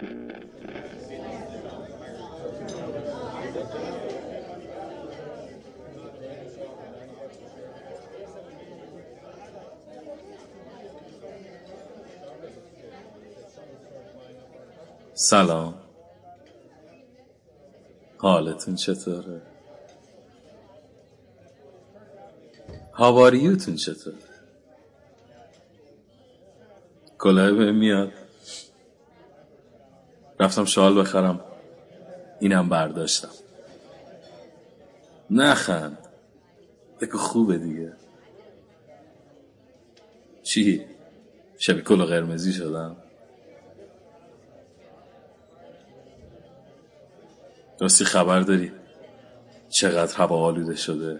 سلام، حالتون چطوره؟ هاواریوتون چطوره؟ کلاه بهم میاد. رفتم شال بخرم، اینم برداشتم. نخند، بگو خوبه دیگه. چی؟ شبیه کلاه قرمزی شدم؟ راستی خبر داری چقدر هوا آلوده شده؟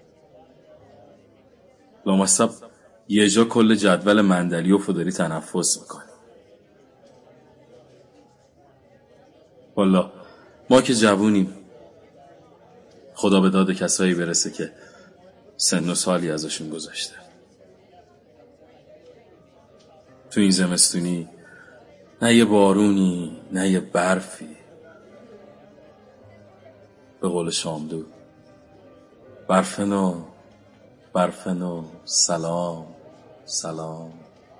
لامصب یه جا کل جدول مندلیوفو داری تنفس میکنی. والا ما که جوونیم، خدا به داد کسایی برسه که سن و سالی ازشون گذشته. تو این زمستونی نه یه بارونی نه یه برفی. به قول شاملو، برف نو، سلام سلام.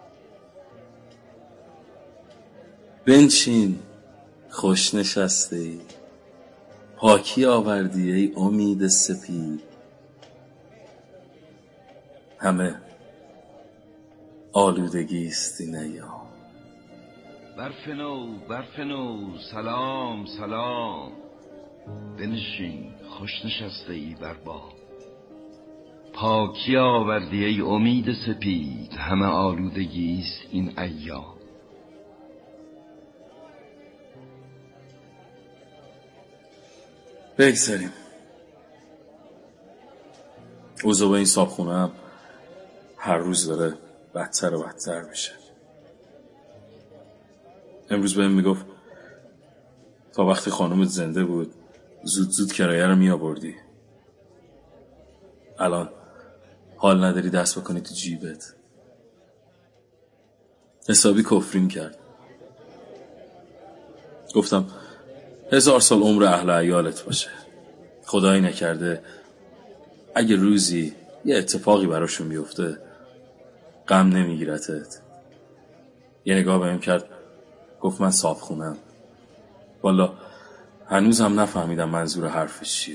بنشین خوش نشسته، پاکی آوردی ای امید سپید. همه آلودگیست این ایام. برف نو، سلام سلام. بنشین خوش نشسته ای بر بام. پاکی آوردی ای امید سپید، همه آلودگیست این ایام. بگذاریم. اوضاع با این صابخونه هم هر روز داره بدتر و بدتر میشه. امروز بهم میگفت تا وقتی خانومت زنده بود زود کرایه رو میآوردی. الان حال نداری دست بکنی تو جیبت. حسابی کفریم کرد. گفتم 1000 سال عمر اهل عیالت باشه. خدایی نکرده اگه روزی یه اتفاقی براشون بیفته غم نمیگیرتت. یه نگاه بهم کرد، گفت من صابخونم. والا هنوزم نفهمیدم منظور حرفش چیه.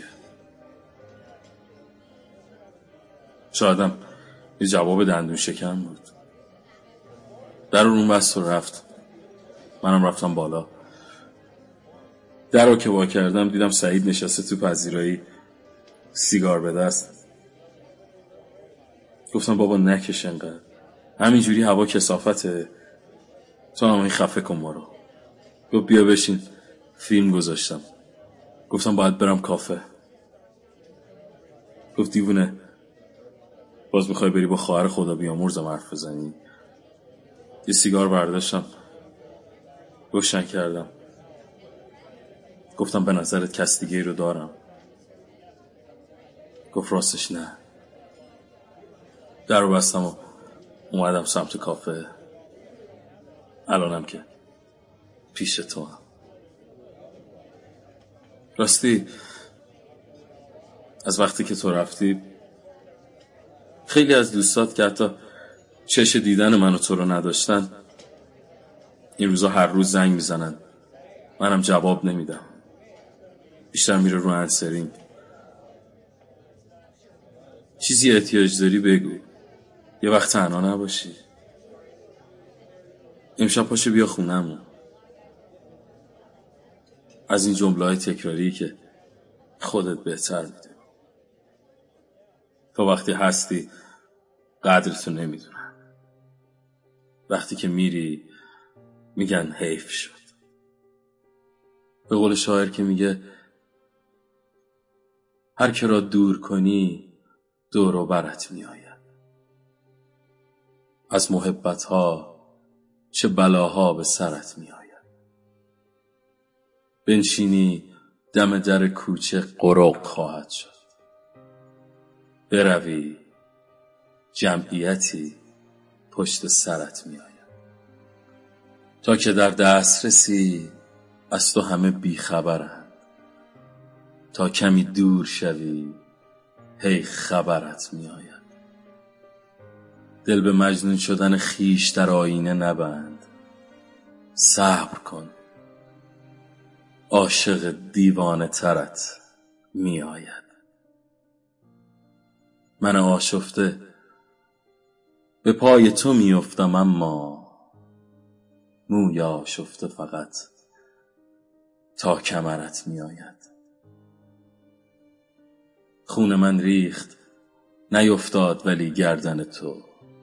شایدم یه جواب دندون شکن بود. در رو بست و رفت. منم رفتم بالا. در رو که وا کردم دیدم سعید نشسته تو پذیرایی، سیگار به دست. گفتم بابا نکش انقدر، همینجوری هوا کثافته، تو هم این خفه کن ما رو. گفت بیا بشین، فیلم گذاشتم. گفتم باید برم کافه. گفت دیوونه، باز میخوای بری با خواهر خدا بیامرزم حرف بزنی؟ یه سیگار برداشتم روشن کردم. گفتم به نظرت کس دیگه رو دارم؟ گفت راستش نه. در رو بستم و اومدم سمت کافه. الانم که پیش تو هم. راستی از وقتی که تو رفتی خیلی از دوستات که حتی چش دیدن من و تو رو نداشتن این روزا هر روز زنگ میزنن، منم جواب نمیدم. بیشتر میره رو انسرینگ. چیزی احتیاج داری بگو، یه وقت تنها نباشی. امشب پاشو بیا خونمون. از این جمله‌های تکراری که خودت بهتر میدونی. تا وقتی هستی قدرتو نمیدونن، وقتی که میری میگن حیف شد. به قول شاعر که میگه هر که را دور کنی دور و برت میآید. از محبتها چه بلاها به سرت میآید. بنشینی دم در کوچه قرق خواهد شد. بروی جمعیتی پشت سرت میآید. تا که در دسترسی از تو همه بیخبرند. تا کمی دور شوی هی خبرت می آید. دل به مجنون شدن خیش در آینه نبند. صبر کن، عاشق دیوانه ترت می آید. من آشفته به پای تو می افتم، اما موی آشفته فقط تا کمرت می آید. خون من ریخت نیفتاد ولی گردن تو،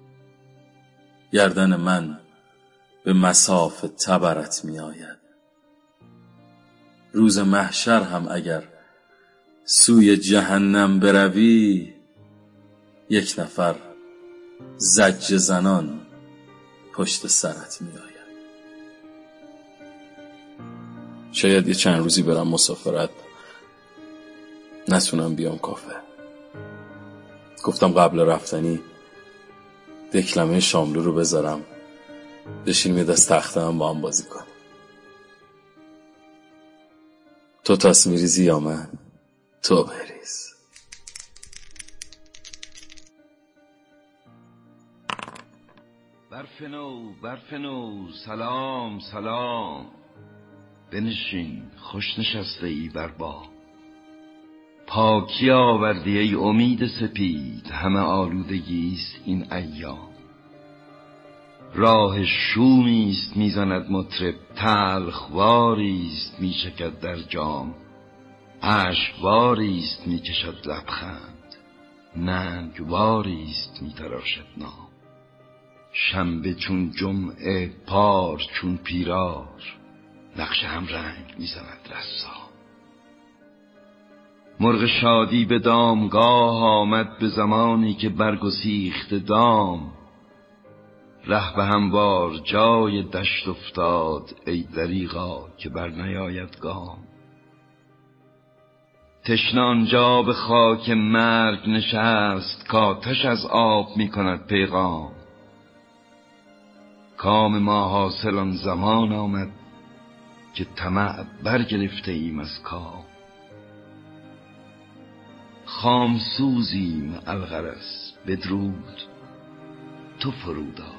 گردن من به مصاف تبرت می آید. روز محشر هم اگر سوی جهنم بروی، یک نفر زجر زنان پشت سرت می آید. شاید یه چند روزی برم مسافرت، نتونم بیام کافه. گفتم قبل رفتنی دکلمه شاملو رو بذارم، بشینیم یه دست تخته هم با هم بازی کنیم. تو تاس میریزی یا من؟ تو بریز. برف نو سلام سلام، بنشین خوش نشسته ای بر بام. پاکی آوردی ای امید سپید، همه آلودگیست این ایام. راه شومیست میزند مطرب، تلخواریست میچکد در جام. اشکواریست میکشد لبخند، ننگواریست میتراشد نام. شنبه چون جمعه پار چون پیرار، نقش هم رنگ میزند رسام. مرغ شادی به دامگاه آمد، به زمانی که برگسیخت دام. ره به هموار جای دشت افتاد، ای دریغا که بر نیاید گام. تشنه آنجا به خاک مرگ نشست، کآتش از آب می کند پیغام. کام ما حاصل آن زمان آمد، که طمع برگرفته ایم از کام. خام سوزیم الغرض بدرود، تو فرود آی.